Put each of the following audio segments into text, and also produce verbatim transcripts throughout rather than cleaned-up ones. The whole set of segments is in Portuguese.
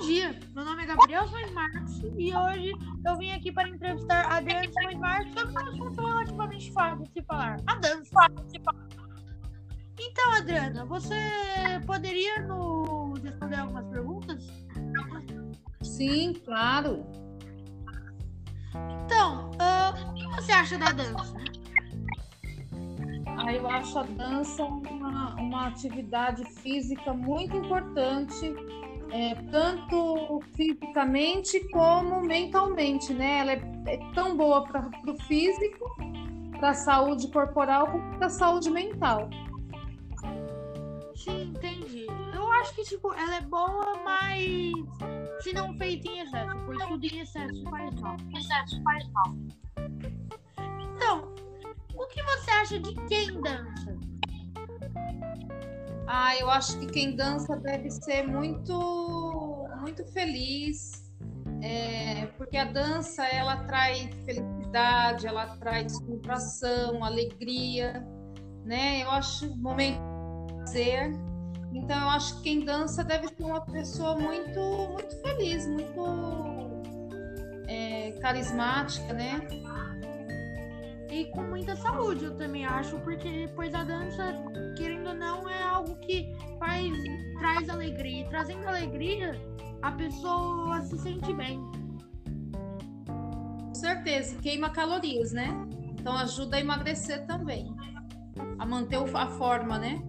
dia, meu nome é Gabriel Simões Marques e hoje eu vim aqui para entrevistar a Adriana Simões Marques sobre um assunto relativamente fácil de se falar, a dança. Então, Adriana, você poderia nos responder algumas perguntas? Sim, claro. Então, uh, o que você acha da dança? Ah, eu acho a dança uma, uma atividade física muito importante, é, tanto fisicamente como mentalmente, né? Ela é, é tão boa para o físico, para a saúde corporal, como para a saúde mental. Sim, entendi. Eu acho que tipo, ela é boa, mas se não feita em excesso, pois tudo em excesso faz mal. Excesso faz mal. Então, o que você acha de quem dança? Ah, eu acho que quem dança deve ser muito, muito feliz, é, porque a dança ela traz felicidade, ela traz descontração, alegria, né? Eu acho um momento de prazer. Então eu acho que quem dança deve ser uma pessoa muito, muito feliz, muito é, carismática, né? E com muita saúde, eu também acho, porque pois a dança, querendo ou não, é algo que faz, traz alegria. E trazendo alegria, a pessoa se sente bem. Com certeza, queima calorias, né? Então ajuda a emagrecer também, a manter a forma, né?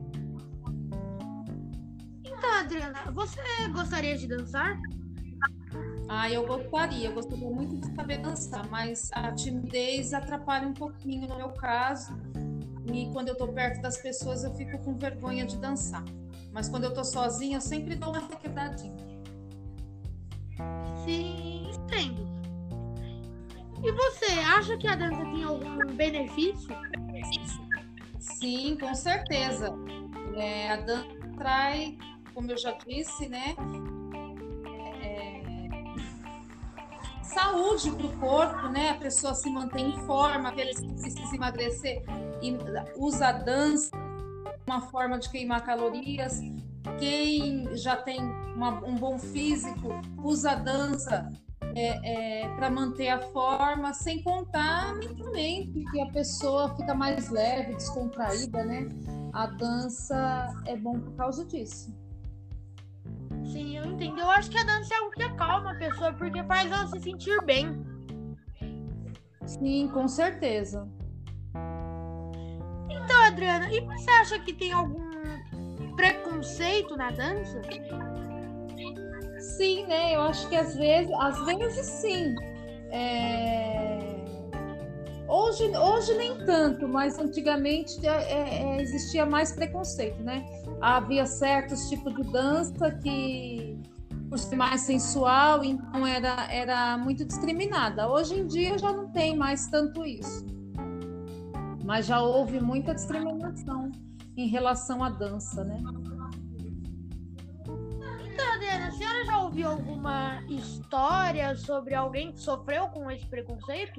Então, Adriana, você gostaria de dançar? Ah, eu gostaria, eu gostaria muito de saber dançar, mas a timidez atrapalha um pouquinho no meu caso. E quando eu tô perto das pessoas, eu fico com vergonha de dançar. Mas quando eu tô sozinha, eu sempre dou uma requebradinha. Sim, entendo. E você acha que a dança tem algum benefício? Sim, com certeza. É, a dança traz, como eu já disse, né? Saúde para o corpo, né? A pessoa se mantém em forma, aqueles que precisam emagrecer e usa a dança uma forma de queimar calorias. Quem já tem uma, um bom físico usa a dança é, é, para manter a forma, sem contar mentalmente que a pessoa fica mais leve, descontraída, né? A dança é bom por causa disso. Sim, eu entendo. Eu acho que a dança é algo que acalma a pessoa, porque faz ela se sentir bem. Sim, com certeza. Então, Adriana, e você acha que tem algum preconceito na dança? Sim, né? Eu acho que às vezes, às vezes sim. É... Hoje, hoje nem tanto, mas antigamente é, é, existia mais preconceito, né? Havia certos tipos de dança que, por ser mais sensual, então era, era muito discriminada. Hoje em dia já não tem mais tanto isso. Mas já houve muita discriminação em relação à dança, né? Então, Adriana, a senhora já ouviu alguma história sobre alguém que sofreu com esse preconceito?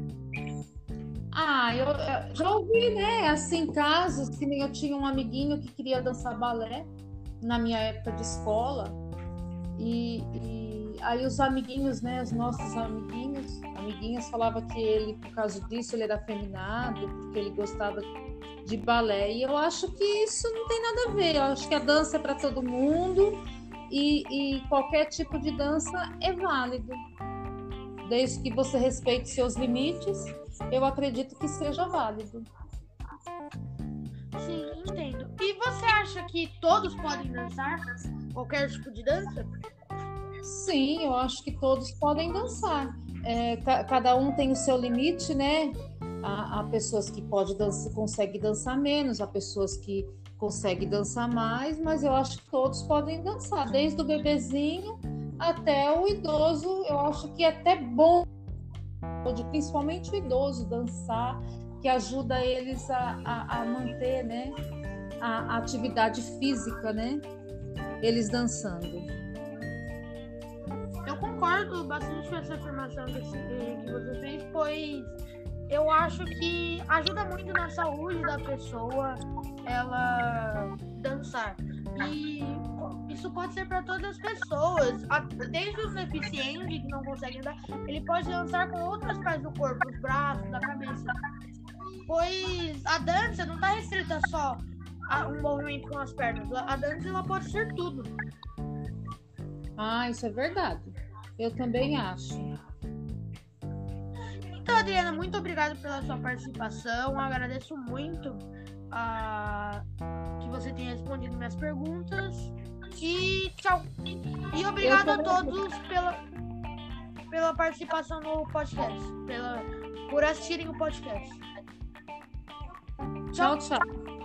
Ah, eu, eu já ouvi, né? Assim, casos que nem eu tinha um amiguinho que queria dançar balé na minha época de escola. E, e aí os amiguinhos, né? Os nossos amiguinhos, amiguinhas falavam que ele, por causa disso, ele era afeminado, porque ele gostava de balé. E eu acho que isso não tem nada a ver. Eu acho que a dança é para todo mundo e, e qualquer tipo de dança é válido. Desde que você respeite seus limites, eu acredito que seja válido. Sim, entendo. E você acha que todos podem dançar? Qualquer tipo de dança? Sim, eu acho que todos podem dançar. É, ca- cada um tem o seu limite, né? Há, há pessoas que podem dançar, conseguem dançar menos, há pessoas que conseguem dançar mais, mas eu acho que todos podem dançar, desde o bebezinho até o idoso. Eu acho que é até bom, principalmente o idoso, dançar, que ajuda eles a, a, a manter, né, a, a atividade física, né, eles dançando. Eu concordo bastante com essa afirmação que, que você fez, pois eu acho que ajuda muito na saúde da pessoa ela dançar. E isso pode ser para todas as pessoas, desde os deficientes que não conseguem andar, ele pode dançar com outras partes do corpo, os braços, a cabeça. Pois a dança não está restrita só a um movimento com as pernas. A dança ela pode ser tudo. Ah, isso é verdade. Eu também acho. Então, Adriana, muito obrigada pela sua participação. Agradeço muito a... que você tenha respondido minhas perguntas. E tchau. E obrigado a todos pela, pela participação no podcast, pela, por assistirem o podcast. Tchau, tchau.